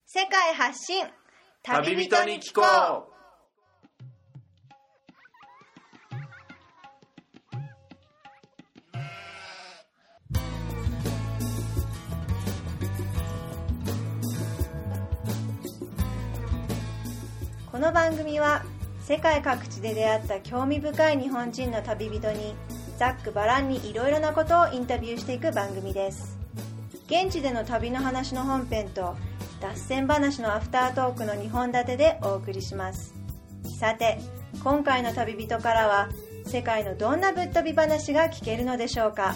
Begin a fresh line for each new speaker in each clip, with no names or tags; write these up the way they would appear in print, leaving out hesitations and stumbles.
世界発信
旅人に聞こう。
この番組は世界各地で出会った興味深い日本人の旅人にざっくばらんにいろいろなことをインタビューしていく番組です。現地での旅の話の本編と脱線話のアフタートークの2本立てでお送りします。さて、今回の旅人からは世界のどんなぶっ飛び話が聞けるのでしょうか。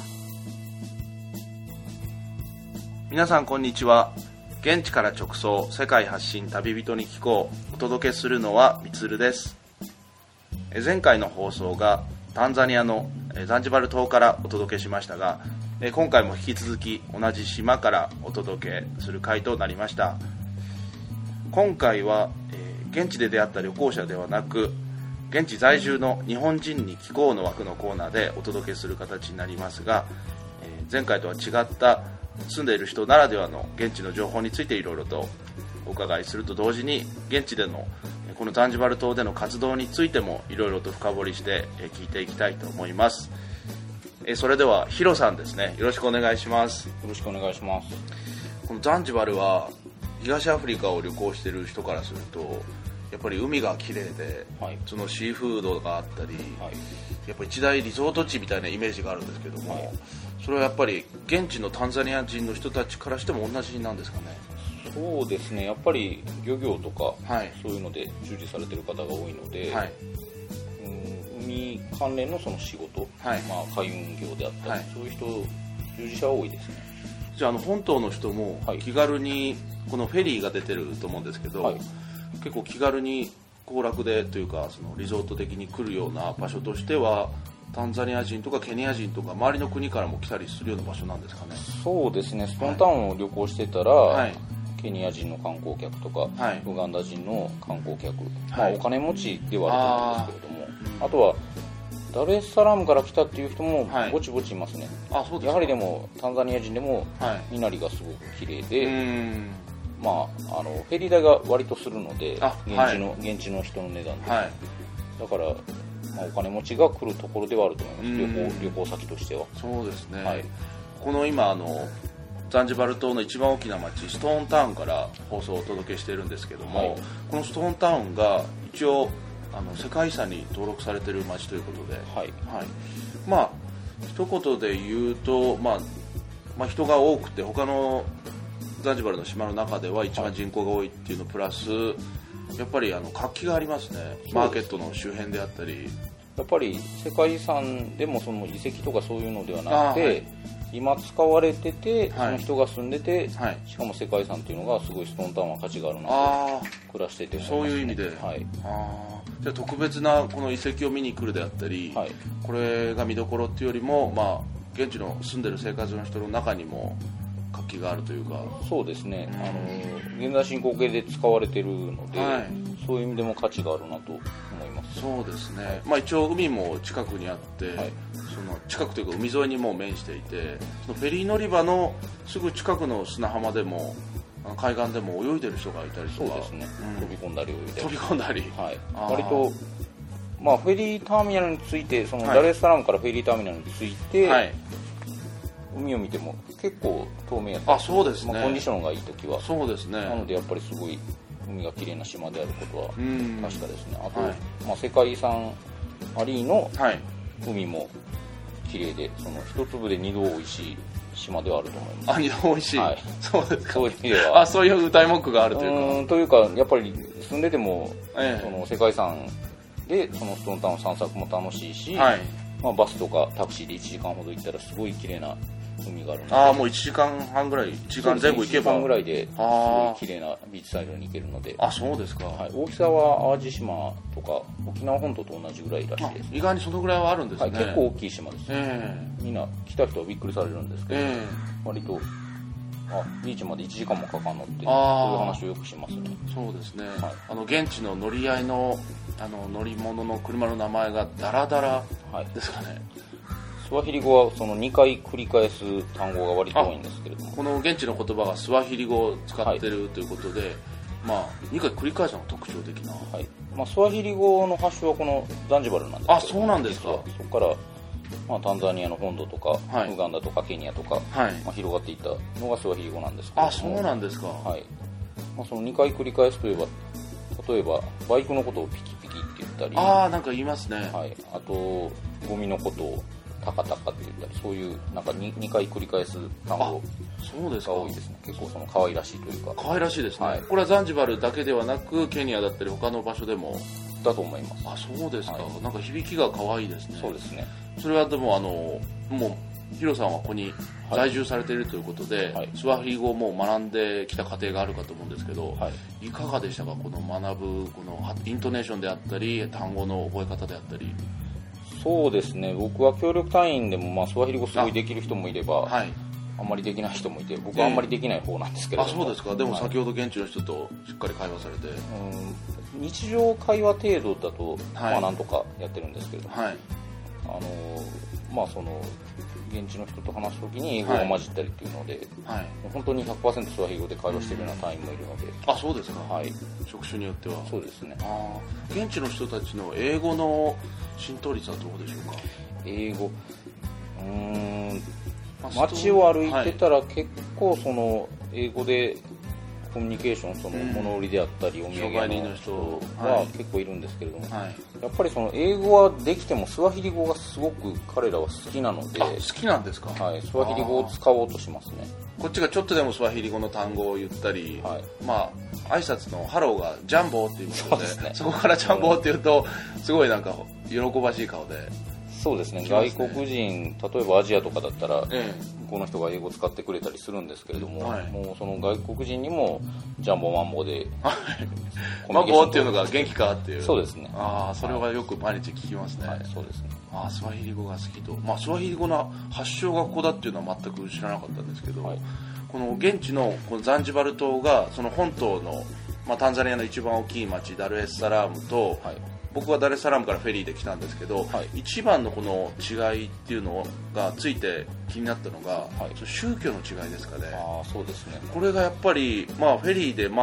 皆さんこんにちは。現地から直送世界発信旅人に聞こう。お届けするのはみつるです。前回の放送がタンザニアのザンジバル島からお届けしましたが、今回も引き続き同じ島からお届けする回となりました。今回は現地で出会った旅行者ではなく、現地在住の日本人に聞こうの枠のコーナーでお届けする形になりますが、前回とは違った住んでいる人ならではの現地の情報についていろいろとお伺いすると同時に、現地でのこのザンジバル島での活動についてもいろいろと深掘りして聞いていきたいと思います。それではヒロさんですね、よろしくお願いします。
よろしくお願いします。
このザンジバルは東アフリカを旅行している人からするとやっぱり海が綺麗で、はい、そのシーフードがあったり、はい、やっぱり一大リゾート地みたいなイメージがあるんですけども、はい、それはやっぱり現地のタンザニア人の人たちからしても同じなんですかね。
そうですね、やっぱり漁業とか、はい、そういうので従事されている方が多いので、はい、海関連のその仕事、はい、海運業であったり、はい、そういう人従事者は多いですね。
じゃあ本島の人も気軽にこのフェリーが出てると思うんですけど、はい、結構気軽に行楽でというかそのリゾート的に来るような場所としてはタンザニア人とかケニア人とか周りの国からも来たりするような場所なんですかね。
そうですね、ストーンタウンを旅行してたら、はい、ケニア人の観光客とか、はい、ウガンダ人の観光客、はい、お金持ちではあると思うんですけれども、あとはダルエスサラームから来たっていう人もぼちぼちいますね。はい、そうですか。やはりでもタンザニア人でも身なりがすごく綺麗で、フェリー代が割とするので現地の人の値段で、はい、だから、お金持ちが来るところではあると思います。旅行先としては。
そうですね、はい、この今ザンジバル島の一番大きな町ストーンタウンから放送をお届けしているんですけども、はい、このストーンタウンが一応世界遺産に登録されている町ということで、はいはい、一言で言うと、人が多くて他のザンジバルの島の中では一番人口が多いっていうのプラス、やっぱり活気がありますね。マーケットの周辺であったり、
やっぱり世界遺産でもその遺跡とかそういうのではなくて、はい、今使われてて、その人が住んでて、はい、しかも世界遺産っていうのがすごいストーンタウンは価値があるなと暮らしてて思いますね。
そういう意味で、はい、じゃあ特別なこの遺跡を見に来るであったり、はい、これが見どころっていうよりも、現地の住んでる生活の人の中にも活気があるというか。
そうですね、現在進行形で使われているので、はい、そういう意味でも価値があるなと思います。
そうですね、一応海も近くにあって、はい、その近くというか海沿いにもう面していて、そのフェリー乗り場のすぐ近くの砂浜でも海岸でも泳いでる人がいたりとか。
そうですね、飛び込んだり泳いだり、
飛び込んだり、
はい、割とフェリーターミナルについて、そのダルエスサラームからフェリーターミナルについて、はい、海を見ても結構透明やったり、
そうですね、
コンディションがいい時は。
そうですね、
なのでやっぱりすごい海が綺麗な島であることは確かですね。あと、はい、世界遺産アリーの海も綺麗で、その一粒で二度美味しい島ではあると思います。
二度美味しい、はい、そうですか。
そういう意味では
そういう歌い文句があるというか。
というかやっぱり住んでても、その世界遺産でそのストーンタウン散策も楽しいし、はい、バスとかタクシーで1時間ほど行ったらすごい綺麗な海があるので、
もう1時間半ぐらい、1時間前後行けば、
1時間ぐらいですごい綺麗なビーチサイドに行けるので。
そうですか、
はい、大きさは淡路島とか沖縄本島と同じぐらいらしいです。
意外にそのぐらいはあるんですね。
はい、結構大きい島です、みんな来た人はびっくりされるんですけど、割とビーチまで1時間もかかんのって、そういう話をよくしますね。
そうですね、はい、現地の乗り合いの乗り物の車の名前がダラダラですかね。
スワヒリ語はその2回繰り返す単語が割と多いんですけれども、
この現地の言葉がスワヒリ語を使ってるということで、2回繰り返すのが特徴的な、
スワヒリ語の発祥はこのザンジバルなんですけど、
そうなんですか。
そこからタンザニアの本土とか、ウガンダとかケニアとか、広がっていったのがスワヒリ語なんですけども。
そうなんですか。
その2回繰り返すといえば、例えばバイクのことをピキピキって言ったり、
なんか言いますね。
あとゴミのことをタカタカって言ったり、そういうなんか 2回繰り返す単語が多いですね。結構その可愛らしいというか。
可愛らしいですね。これはザンジバルだけではなくケニアだったり他の場所でも
だと思います。
そうですか。なんか響きが可愛いですね。
そうですね。
それはでももうヒロさんはここに在住されているということで、スワヒリ語をもう学んできた過程があるかと思うんですけど、いかがでしたか、この学ぶこのイントネーションであったり単語の覚え方であったり。
そうですね、僕は協力隊員でもスワヒリ語すごいできる人もいれば、あんまりできない人もいて、僕はあんまりできない方なんですけれども。
そうですか。でも先ほど現地の人としっかり会話されて、
日常会話程度だと、なんとかやってるんですけれども、その現地の人と話すときに英語が混じったりっていうので、本当に 100% スワヒリ語で会話しているような隊員もいるので。
そうですか。職種によっては。
そうですね。
現地の人たちの英語の浸透率はどうでしょうか。
英語、街を歩いてたら結構その英語でコミュニケーション、その物売りであったりお土産の人は結構いるんですけれども、やっぱりその英語はできてもスワヒリ語がすごく彼らは好きなので。
好きなんですか。
スワヒリ語を使おうとしますね。
こっちがちょっとでもスワヒリ語の単語を言ったり、挨拶のハローがジャンボーっていうことで、そこからジャンボーって言うとすごいなんか喜ばしい顔で。
そうですね、外国人、例えばアジアとかだったら、向こうの人が英語を使ってくれたりするんですけれども、もうその外国人にもジャンボマンボで
マンボっていうのが元気かっていう。
そうですね。
それはよく毎日聞きますね。
そうですね。
スワヒリ語が好きと、スワヒリ語の発祥がここだっていうのは全く知らなかったんですけど、この現地のこのザンジバル島がその本島の、タンザニアの一番大きい町ダルエスサラームと、僕はダルエスサラームからフェリーで来たんですけど、一番のこの違いっていうのがついて気になったのが、宗教の違いですかね。
そうですね。
これがやっぱり、フェリーで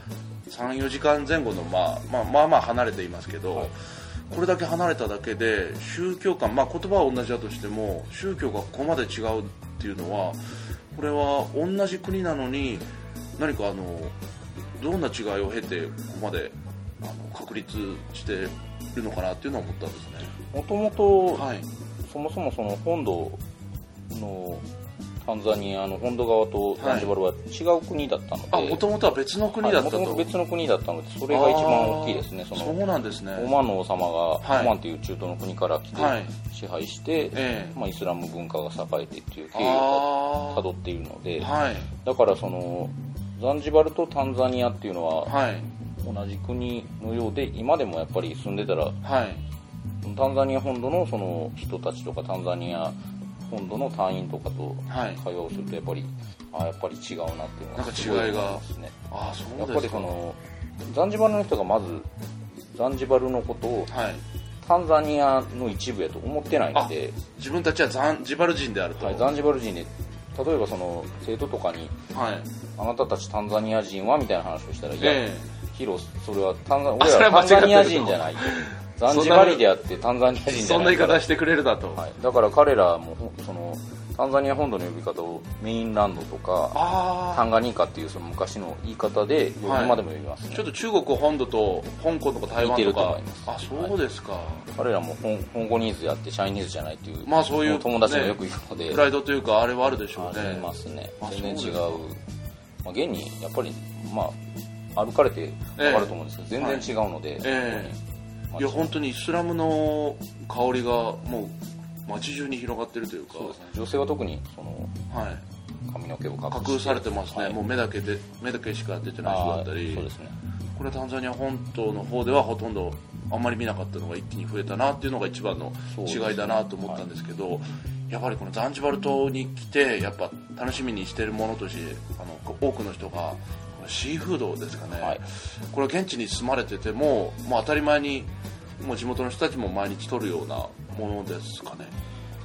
3、4時間前後のまあ離れていますけど、これだけ離れただけで宗教観、言葉は同じだとしても宗教がここまで違うっていうのは、これは同じ国なのに何かどんな違いを経てここまで確立しているのかなっていうのは思ったんですね。
もともとそもそもその本土のタンザニアの本土側とザンジバルは違う国だったので、
もともとは別の国だったと。
もともと別の国だったので、それが一番大きいですね。
そうなんですね。
オマーンの王様がオマーンという中東の国から来て支配して、イスラム文化が栄えてっていう経緯をたどっているので、だからそのザンジバルとタンザニアっていうのは同じ国のようで、今でもやっぱり住んでたら、タンザニア本土のその人たちとかタンザニア本土の隊員とかと会話をするとやっぱり違うなっていうのがすごい思いますね。やっぱりそのザンジバルの人がまずザンジバルのことをタンザニアの一部やと思ってないので、
自分たちはザンジバル人であると。
ザンジバル人で、例えばその生徒とかに、あなたたちタンザニア人はみたいな話をしたら、いやヒロ、それは俺らタンザニア人じゃないと。ザンジバリであってタンザニア人じゃない。
そんな言い方してくれるだと。
だから彼らもそのタンザニア本土の呼び方をメインランドとかタンガニーカっていうその昔の言い方で今でも呼びますね。
ちょっと中国本土と香港とか台湾とか似てると思い
ます。
そうですか。
彼らも香港ニーズであってシャイニーズじゃないっていう、
そういう
友達もよく言うので、
プライドというかあれはあるでしょうね。
ありますね。全然違う。現にやっぱり歩かれて分かると思うんですけど、全然違うので。
いや本当にイスラムの香りがもう街中に広がってるというか。
そうですね。女性は特にその、髪の毛を
隠されてますね。もう目だけしか出てない人だったり。
そうですね。
これタンザニア本島の方ではほとんどあんまり見なかったのが一気に増えたなっていうのが一番の違いだなと思ったんですけど、やっぱりこのザンジバル島に来てやっぱ楽しみにしてるものとして多くの人がシーフードですかね、これは現地に住まれてても当たり前にもう地元の人たちも毎日取るようなものですかね。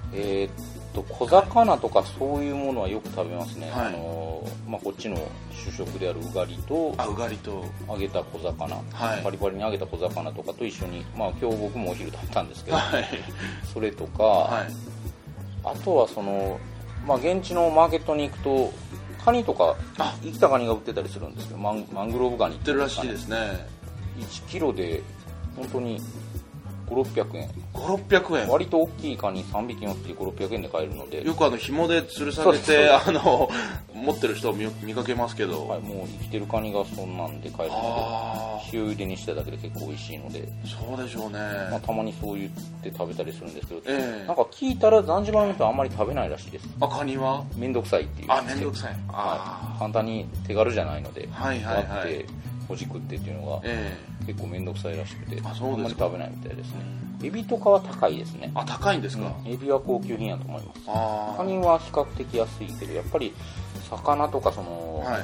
小魚とかそういうものはよく食べますね、
はい、
こっちの主食であるうがりと揚げた小魚、はい、パリパリに揚げた小魚とかと一緒に、今日僕もお昼食べたんですけど、はい、それとか、はい、あとは現地のマーケットに行くとカニとか生きたカニが売ってたりするんですけど、マングローブガニ
売ってるらしいですね。
1キロで本当に500-600円。
500-600円。
割と大きいカニ3匹乗って500-600円で買えるので。
よく紐で吊るされて持ってる人を 見かけますけど、
はい、もう生きてるカニがそんなんで買えるので、塩茹でにしただけで結構美味しいので。
そうでしょうね。
たまにそう言って食べたりするんですけど、なんか聞いたらザンジバルの人はあんまり食べないらしいです。
カニは
めんどくさいっていう。
めんどくさい。
はい、簡単に手軽じゃないので、
はいはいはい、
割ってほじくってっていうのが、結構めんどくさいらしくて、あんまり食べないみたいですね。エビとかは高いですね。
高いんですか。
エビは高級品やと思います。カニは比較的安いけど、やっぱり魚とかはい、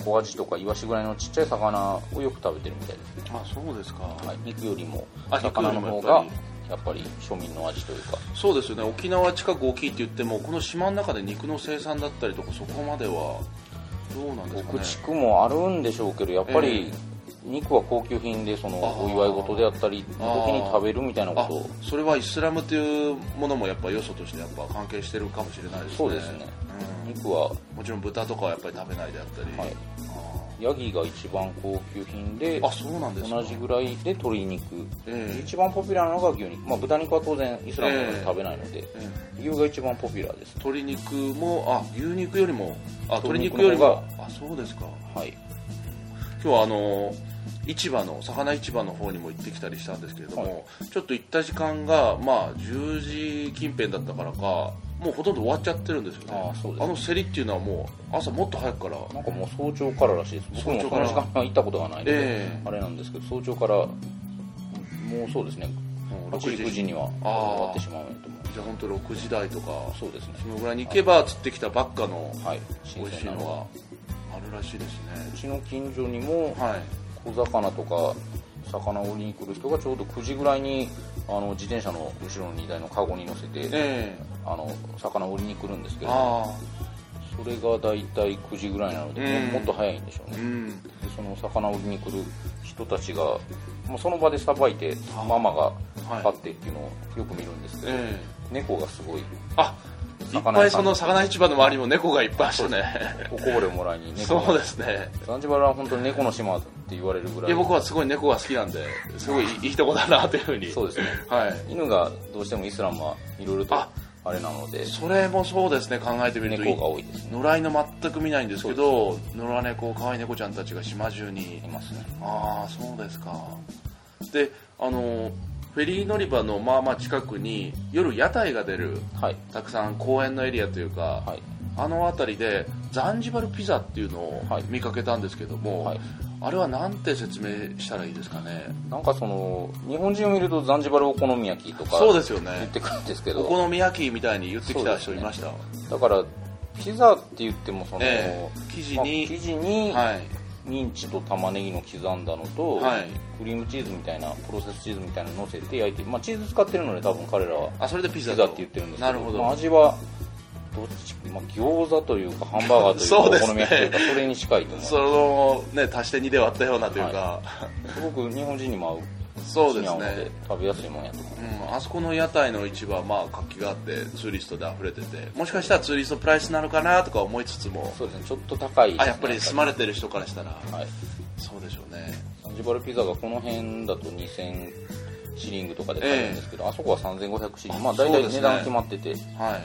小アジとかイワシぐらいのちっちゃい魚をよく食べてるみたいですね。
そうですか。
はい、肉よりも魚の方がやっぱり庶民の味というか。
そうですよね。沖縄近く大きいって言っても、この島の中で肉の生産だったりとかそこまではどうなんですかね。
牧畜もあるんでしょうけど、やっぱり、肉は高級品でお祝い事であったりの時に食べるみたいなことを。
それはイスラムというものもやっぱ要素としてやっぱ関係してるかもしれないですね。
そうですね、肉は
もちろん豚とかはやっぱり食べないであったり、
はい、ヤギが一番高級品で、
そうなんですか。
同じぐらいで鶏肉、一番ポピュラーなのが牛肉、豚肉は当然イスラムで食べないので、牛が一番ポピュラーです。
鶏肉も牛肉よりも鶏肉よりもそうですか。はい。今日は魚市場の方にも行ってきたりしたんですけれども、はい、ちょっと行った時間が10時近辺だったからかもうほとんど終わっちゃってるんですよね。そうですね。競りっていうのはもう朝もっと早くから、
なんかもう早朝かららしいです。僕もその時間は行ったことがないので、あれなんですけど、早朝からもうそうですね、8時9時には終わってしまうと思う。
じゃあ本当6時台とか、
そうですね、
そのぐらいに行けば釣ってきたばっかの美味しいのがあるらしいですね。
うちの近所にも小魚とか魚を売りに来る人がちょうど9時ぐらいに自転車の後ろの荷台のカゴに乗せて、魚を売りに来るんですけど、それがだいたい9時ぐらいなので、もっと早いんでしょうね。でその魚を売りに来る人たちがもうその場でさばいてママが買ってっていうのをよく見るんですけど、猫がすごい。
いっぱいその魚市場の周りも猫がいっぱいあるね。
おこぼれをもらいに猫が。
そうですね。
ザンジバルは本当に猫の島って言われるぐらい。
僕はすごい猫が好きなんで、すごいいいとこだなというふうに。
そうですね。はい。犬がどうしてもイスラムはいろいろとあれなので。
それもそうですね。考えてみると
猫が多いですね。
野良犬全く見ないんですけど、野良猫、可愛い猫ちゃんたちが島中に
いますね。
そうですか。で、フェリー乗り場の近くに夜屋台が出る、たくさん公園のエリアというか、辺りでザンジバルピザっていうのを見かけたんですけども、あれはなんて説明したらいいですかね。
なんか日本人を見るとザンジバルお好み焼きとか
そうですよね、
言ってくるんですけど、
お好み焼きみたいに言ってきた人いました。
だからピザって言っても
生地に、
ミンチと玉ねぎの刻んだのと、クリームチーズみたいなプロセスチーズみたいなの乗せて焼いて、チーズ使ってるので多分彼らは
それでピザ
って言ってるんですけど、
なるほど。
味はどっち、餃子というかハンバーガーというかお好み焼きというかそれに近いと思う。
足して2で割ったようなというか、
すごく日本人にも合う。
そうですね。
食べやすいもんやと思う。
あそこの屋台の市場は活気があってツーリストで溢れてて、もしかしたらツーリストプライスなのかなとか思いつつも、
そうですね、ちょっと高いですね。
やっぱり住まれてる人からしたら、そうでしょうね。
ザンジバルピザがこの辺だと2000シリングとかで買えるんですけど、あそこは3500シリング、大体値段決まってて、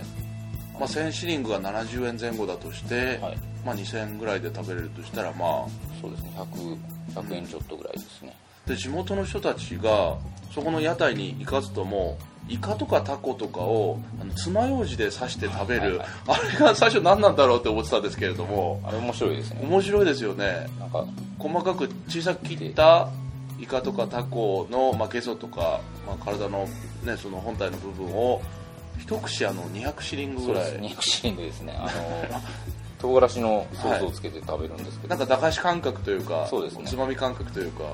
1000シリングが70円前後だとして、2000円ぐらいで食べれるとしたら
そうですね、100円ちょっとぐらいですね。
で地元の人たちがそこの屋台に行かずともイカとかタコとかを爪楊枝で刺して食べる、あれが最初何なんだろうって思ってたんですけれども、
あれ面白いですね。
面白いですよね。なんか細かく小さく切ったイカとかタコの、ゲソとか、体の、その本体の部分を一串200シリングぐらい。
そうです、200シリングですね。唐辛子のソースをつけて食べるんですけど、
なんか駄菓子感覚というか、
そうですね、
つまみ感覚というか、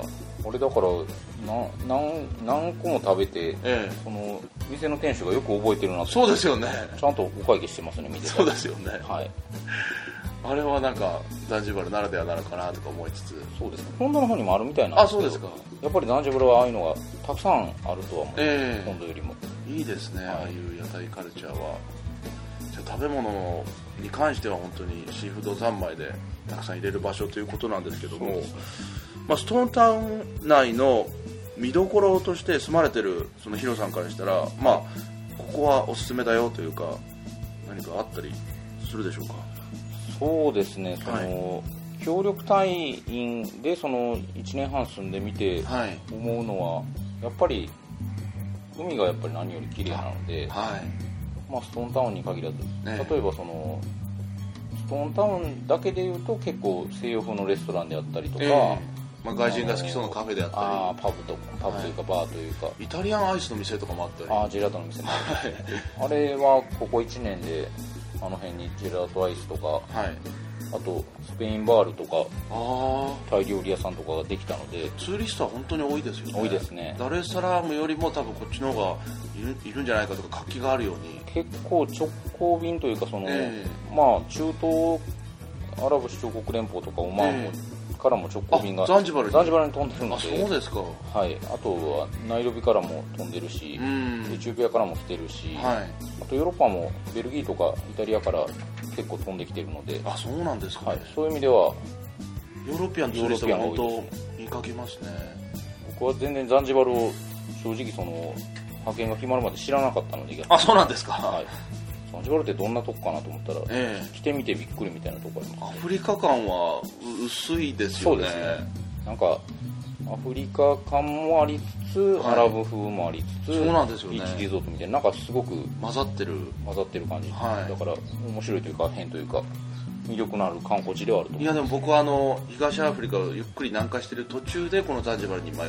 俺だから何個も食べて、その店の店主がよく覚えてるなって。
そうですよね。
ちゃんとお会計してますね、見てた。
そうですよね。
はい。
あれはなんかザンジバルならではなのかなとか思いつつ。
そうですね。本土の方にもあるみたいなんですけど。
あ、そうですか。
やっぱりザンジバルはああいうのがたくさんあるとは思う。本土よりも。
いいですね、ああいう屋台カルチャーは。じゃあ食べ物に関しては本当にシーフード三昧でたくさん入れる場所ということなんですけども、ストーンタウン内の見どころとして住まれてるそのヒロさんからしたら、ここはおすすめだよというか何かあったりするでしょうか。
そうですね、協力隊員でその1年半住んでみて思うのは、やっぱり海がやっぱり何より綺麗なので、ストーンタウンに限らず、例えばそのストーンタウンだけでいうと結構西洋風のレストランであったりとか、
外人が好きそうなカフェであったり、
パブというかバーというか、
イタリアンアイスの店とかもあったり、
ジェラートの店もあったりあれはここ1年であの辺にジェラートアイスとか、あとスペインバールとかタイ料理屋さんとかができたので、
ツーリストは本当に多いですよね。
多いですね。
ダレッサラームよりも多分こっちの方がいるんじゃないかとか、活気があるように。
結構直行便というか、その、中東アラブ首長国連邦とかオマーンからも直行便が
ザンジバルに
飛んでるので。
そうですか。
はい。あとはナイロビからも飛んでるし、エチオピアからも来てるし、あとヨーロッパもベルギーとかイタリアから結構飛んできてるので。
そうなんですか、ね。
そういう意味では
ヨーロピアンツーリストが本当見かけますね。
僕は全然ザンジバルを正直その派遣が決まるまで知らなかったので。
そうなんですか。
はい。ザンジバルってどんなとこかなと思ったら、来てみてびっくりみたいなとこあります、
アフリカ感は薄いですよね。
そうですね。なんかアフリカ感もありつつ、アラブ風もありつつ、
そうなんですよね。
ビーチリゾートみたいな、なんかすごく
混ざってる
感じ、だから面白いというか変というか魅力のある観光地ではあると思います。
いやでも僕は東アフリカをゆっくり南下している途中でこのザンジバルに迷って、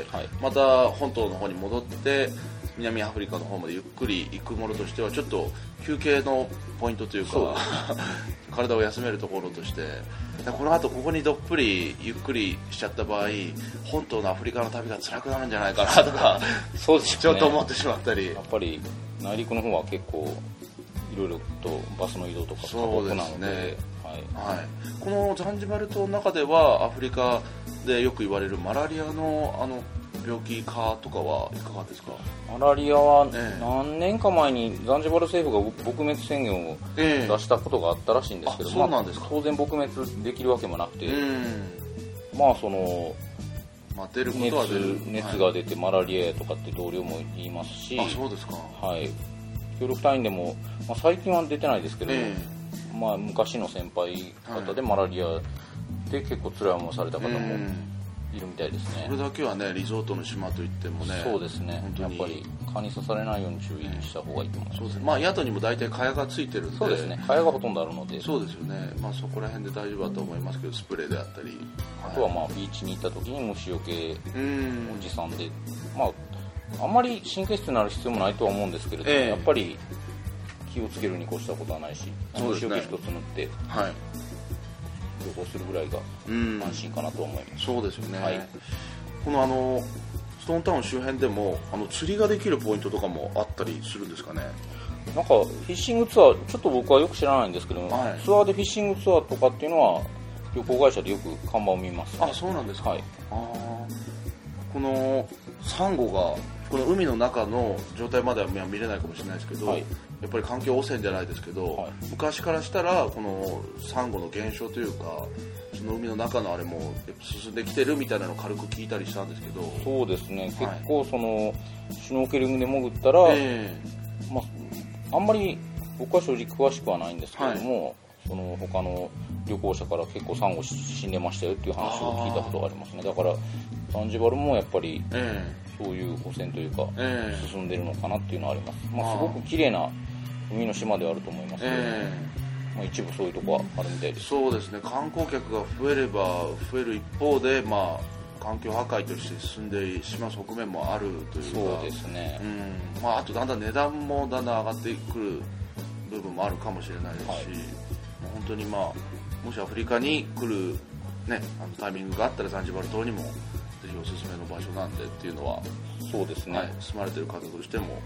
また本島の方に戻って南アフリカの方までゆっくり行くものとしてはちょっと休憩のポイントというか体を休めるところとして、この後ここにどっぷりゆっくりしちゃった場合、本島のアフリカの旅が辛くなるんじゃないかなとか
そうですね、
ちょっと思ってしまったり。
やっぱり内陸の方は結構いろいろとバスの移動とか過酷なので、
このザンジバル島の中ではアフリカでよく言われるマラリアの病気化とかはいかがですか。
マラリアは何年か前にザンジバル政府が撲滅宣言を出したことがあったらしいんですけど、
そうなんですか。
当然撲滅できるわけもなくて、その
出ることは
熱が出てマラリアとかって同僚も言いますし、
そうですか。
協力隊員でも、最近は出てないですけど、昔の先輩方でマラリアで結構辛い思いされた方もいるみたいですね。
それだけはね、リゾートの島といってもね、
そうですね、やっぱり蚊に刺されないように注意した方がいいと思います。
そうですね。宿にも大体蚊帳がついてるんで。
そうですね、蚊帳がほとんどあるので。
そうですよね。そこら辺で大丈夫だと思いますけど、スプレーであったり、
あとはビーチに行った時に虫除けおじさんで、あんまり神経質になる必要もないとは思うんですけれども、やっぱり気をつけるに越したことはないし、虫除け一つ塗って旅行するぐらいが安心かなと思います。
そうですよね。このストーンタウン周辺でも釣りができるポイントとかもあったりするんですかね。
なんかフィッシングツアー、ちょっと僕はよく知らないんですけど、ツアーでフィッシングツアーとかっていうのは旅行会社でよく看板を見ますね。
そうなんですか。このサンゴがこの海の中の状態までは見れないかもしれないですけど、やっぱり環境汚染じゃないですけど、昔からしたらこのサンゴの減少というか、その海の中のあれも進んできてるみたいなのを軽く聞いたりしたんですけど。
そうですね、結構そのシュノーケリングで潜ったら、あんまり僕は正直詳しくはないんですけれども、その他の旅行者から結構サンゴ死んでましたよっていう話を聞いたことがありますね。だからザンジバルもやっぱりそういう汚染というか進んでるのかなっていうのはあります。すごく綺麗な海の島ではあると思いますけど、一部そういうとこはあるみたいです。
そうですね。観光客が増えれば増える一方で、環境破壊として進んでしまう側面もあるというか。
そうですね。
あとだんだん値段もだんだん上がってくる部分もあるかもしれないですし、本当にもしアフリカに来る、タイミングがあったらザンジバル島にもぜひおすすめの場所なんでっていうのは、
そうですね、
住まれてる方としても、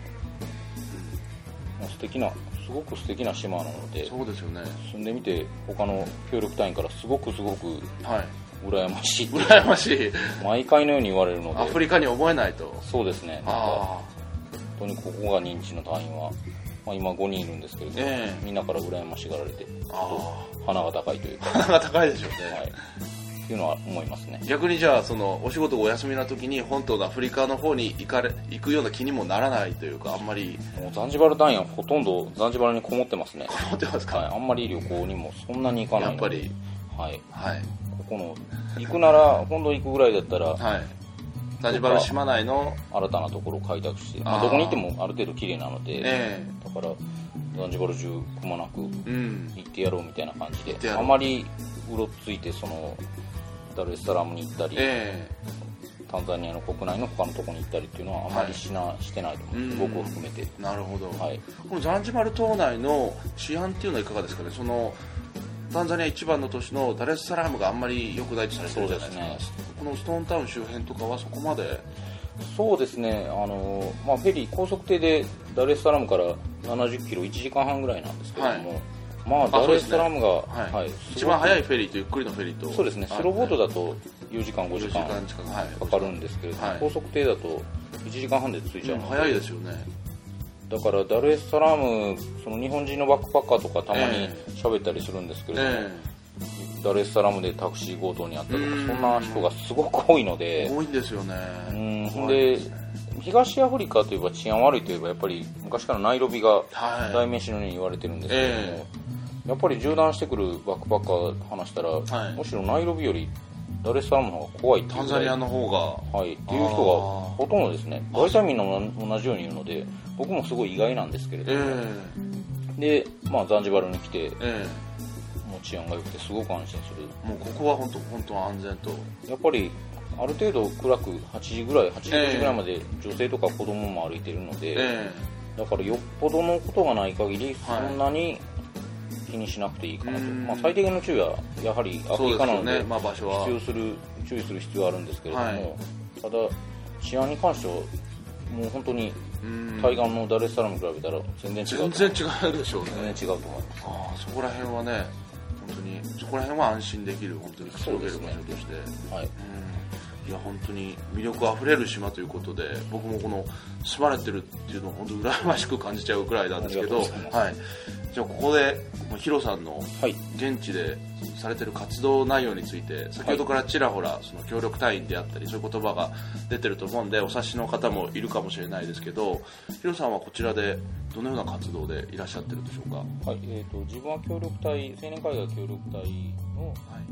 すごく素敵な島なので、
そうですよね、
住んでみて他の協力隊員からすごく羨ましい
羨ましい
毎回のように言われるので、
アフリカに思えないと。
そうですね、本当にここが認知の隊員は、今5人いるんですけれども、みんなから羨ましがられて、鼻が高いというか、
鼻が高いでしょうね、
というのは思いますね。
逆にじゃあお仕事がお休みな時に本当のアフリカの方に行くような気にもならないというか、あんまり。
もうザンジバル隊員はほとんどザンジバルにこもってますね。
こもってますか。
あんまり旅行にもそんなに行かないので、
やっぱり、
ここの行くなら本土行くぐらいだったら、
ザンジバル島内の
新たなところを開拓して、どこに行ってもある程度綺麗なので、だからザンジバル中くまなく行ってやろうみたいな感じで、あまりうろついてダルエスサラムに行ったり、タンザニアの国内の他のところに行ったりっていうのはあまりしてないと思う、僕を含めて。
なるほど、このザンジバル島内の治安っていうのはいかがですかね。タンザニア一番の都市のダレスサラームがあんまり良くないとされてるじゃないですか。このストーンタウン周辺とかはそこまで。
そうですね、フェリー高速艇でダレスサラムから70キロ1時間半ぐらいなんですけれども、ダレスサラムが、
一番早いフェリーとゆっくりのフェリーと、
そうですね、スローボートだと4時間5時間かかるんですけれども、高速艇だと1時間半で着いちゃうので、
早いですよね。
だからダルエスサラーム、日本人のバックパッカーとかたまに喋ったりするんですけれども、ダルエスサラムでタクシー強盗にあったとか、そんな人がすごく多いので。
多いんですよね。
で、東アフリカといえば治安悪いといえばやっぱり昔からナイロビが代名詞のように言われてるんですけれども、やっぱり縦断してくるバックパッカー話したら、むしろナイロビよりダルエスサラムの方が怖いっていう
タンザニアの方が、
っていう人がほとんどですね。大体みんな同じように言うので、僕もすごい意外なんですけれども、で、ザンジバルに来て、もう治安が良くてすごく安心する。
もうここは本当安全と。
やっぱりある程度暗く8時ぐらいぐらいまで女性とか子供も歩いてるので、だからよっぽどのことがない限りそんなに気にしなくていいかなと。最低限の注意はやはりアフリカなので注意する必要はあるんですけれども、ただ治安に関してはもう本当に対岸のダルエスサラムに比べたら全然違うでしょうね。全然違うと思います。
そこら辺はね、本当にそこら辺は安心できる、本当にくつろげる場所として、いや本当に魅力あふれる島ということで、僕もこの住まれてるっていうのを本当に羨ましく感じちゃうくらいなんですけど、じゃあここでヒロさんの現地でされてる活動内容について、先ほどからちらほら協力隊員であったりそういう言葉が出てると思うんで、お察しの方もいるかもしれないですけど、ヒロさんはこちらでどのような活動でいらっしゃってるんでしょうか。
自分は協力隊、青年海外協力隊の、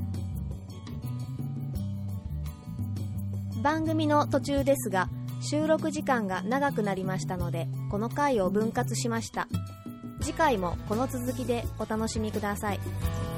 番組の途中ですが、収録時間が長くなりましたので、この回を分割しました。次回もこの続きでお楽しみください。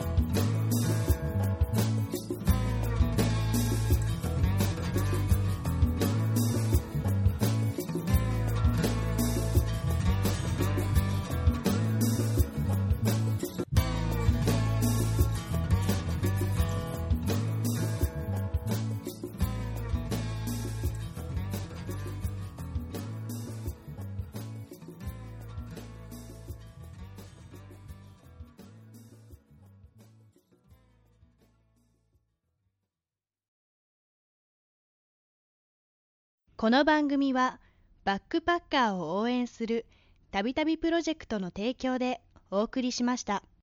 この番組はバックパッカーを応援するたびたびプロジェクトの提供でお送りしました。